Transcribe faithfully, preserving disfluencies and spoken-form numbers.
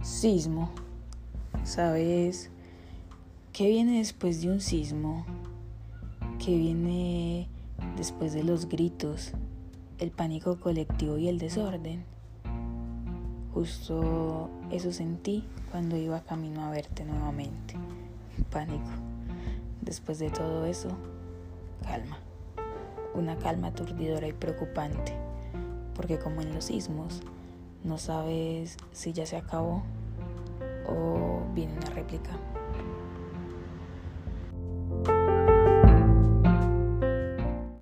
Sismo. ¿Sabes qué viene después de un sismo? ¿Qué viene después de los gritos, el pánico colectivo y el desorden? Justo eso sentí cuando iba camino a verte nuevamente. Pánico. Después de todo eso, calma. Una calma aturdidora y preocupante, porque como en los sismos, no sabes si ya se acabó o viene una réplica.